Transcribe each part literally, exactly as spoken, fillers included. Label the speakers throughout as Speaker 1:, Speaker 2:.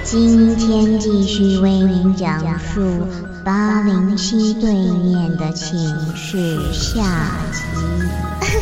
Speaker 1: 今天继续为您讲述八零七对面的寝室下集。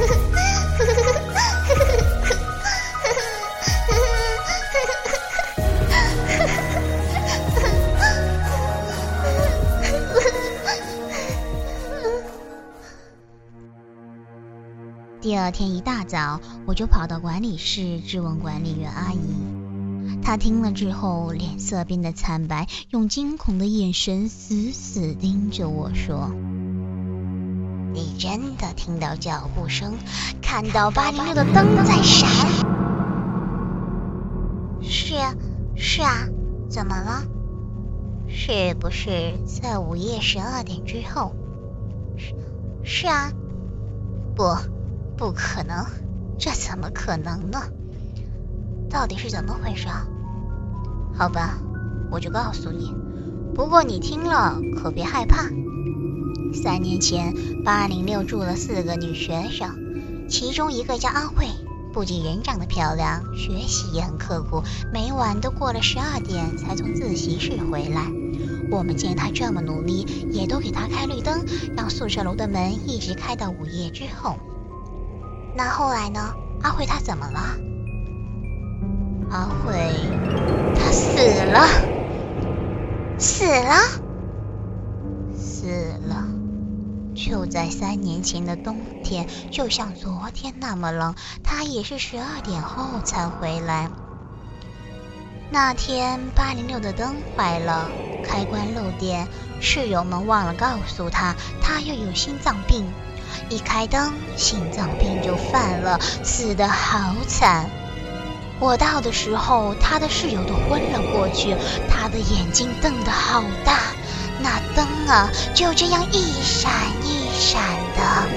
Speaker 1: 第二天一大早，我就跑到管理室质问管理员阿姨。她听了之后，脸色变得惨白，用惊恐的眼神死死盯着我说：“你真的听到脚步声，看到八零六的灯在闪？”“是啊，是啊，怎么了？是不是在午夜十二点之后？”“是，是啊。”“不。”不可能，这怎么可能呢？到底是怎么回事？好吧，我就告诉你。不过你听了可别害怕。三年前，八零六住了四个女学生，其中一个叫阿慧，不仅人长得漂亮，学习也很刻苦，每晚都过了十二点才从自习室回来。我们见她这么努力，也都给她开绿灯，让宿舍楼的门一直开到午夜之后。那后来呢？阿慧她怎么了？阿慧，她死了，死了，死了！就在三年前的冬天，就像昨天那么冷，她也是十二点后才回来。那天八零六的灯坏了，开关漏电，室友们忘了告诉她，她又有心脏病。一开灯，心脏病就犯了，死得好惨。我到的时候，他的室友都昏了过去，他的眼睛瞪得好大，那灯啊，就这样一闪一闪的。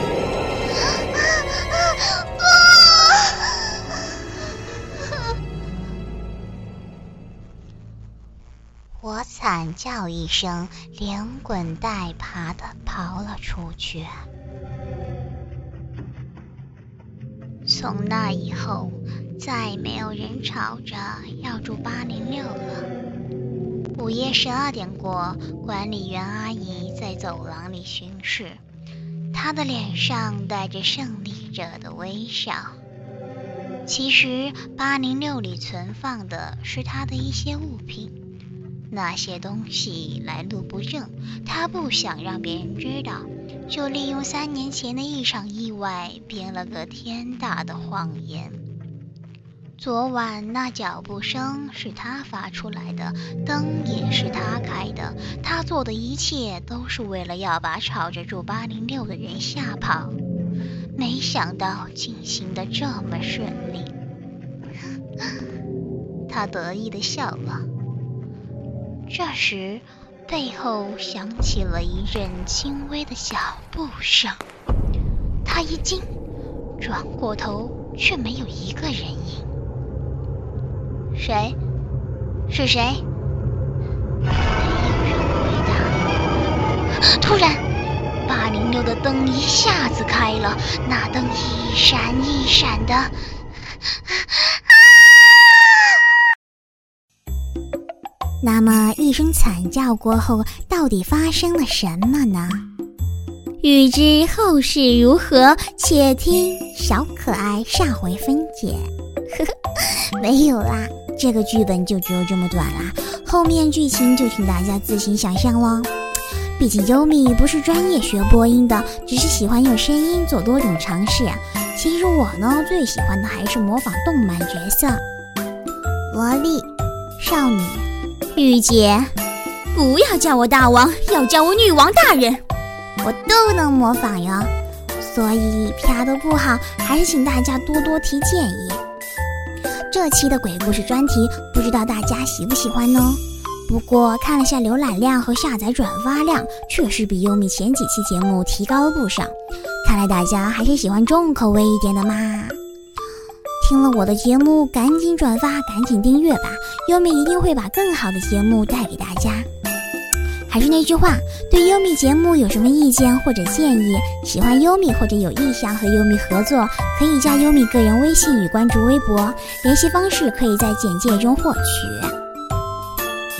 Speaker 1: 我惨叫一声，连滚带爬的跑了出去。从那以后，再没有人吵着要住八零六了。午夜十二点过，管理员阿姨在走廊里巡视，她的脸上带着胜利者的微笑。其实八零六里存放的是她的一些物品，那些东西来路不正，她不想让别人知道，就利用三年前的一场意外编了个天大的谎言。昨晚那脚步声是他发出来的，灯也是他开的，他做的一切都是为了要把吵着住八零六的人吓跑。没想到进行的这么顺利。他得意地笑了。这时背后响起了一阵轻微的脚步声，他一惊，转过头却没有一个人影。谁？是谁？没有人回答。突然八零六的灯一下子开了，那灯一闪一闪的。那么一声惨叫过后，到底发生了什么呢？欲知后事如何，且听小可爱下回分解。没有啦，这个剧本就只有这么短啦，后面剧情就请大家自行想象咯。毕竟优米不是专业学播音的，只是喜欢用声音做多种尝试。其实我呢，最喜欢的还是模仿动漫角色，萝莉、少女、御姐。不要叫我大王，要叫我女王大人，我都能模仿哟。所以啪的不好，还是请大家多多提建议。这期的鬼故事专题，不知道大家喜不喜欢呢？不过看了下浏览量和下载转发量，确实比优米前几期节目提高了不少。看来大家还是喜欢重口味一点的嘛。听了我的节目，赶紧转发，赶紧订阅吧，优米一定会把更好的节目带给大家。还是那句话，对优米节目有什么意见或者建议，喜欢优米或者有意向和优米合作，可以加优米个人微信与关注微博，联系方式可以在简介中获取。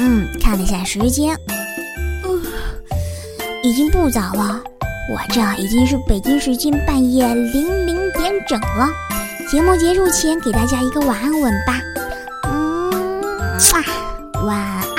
Speaker 2: 嗯，看了一下时间，嗯，已经不早了，我这已经是北京时间半夜零零点整了。节目结束前给大家一个晚安吻吧，嗯，晚安。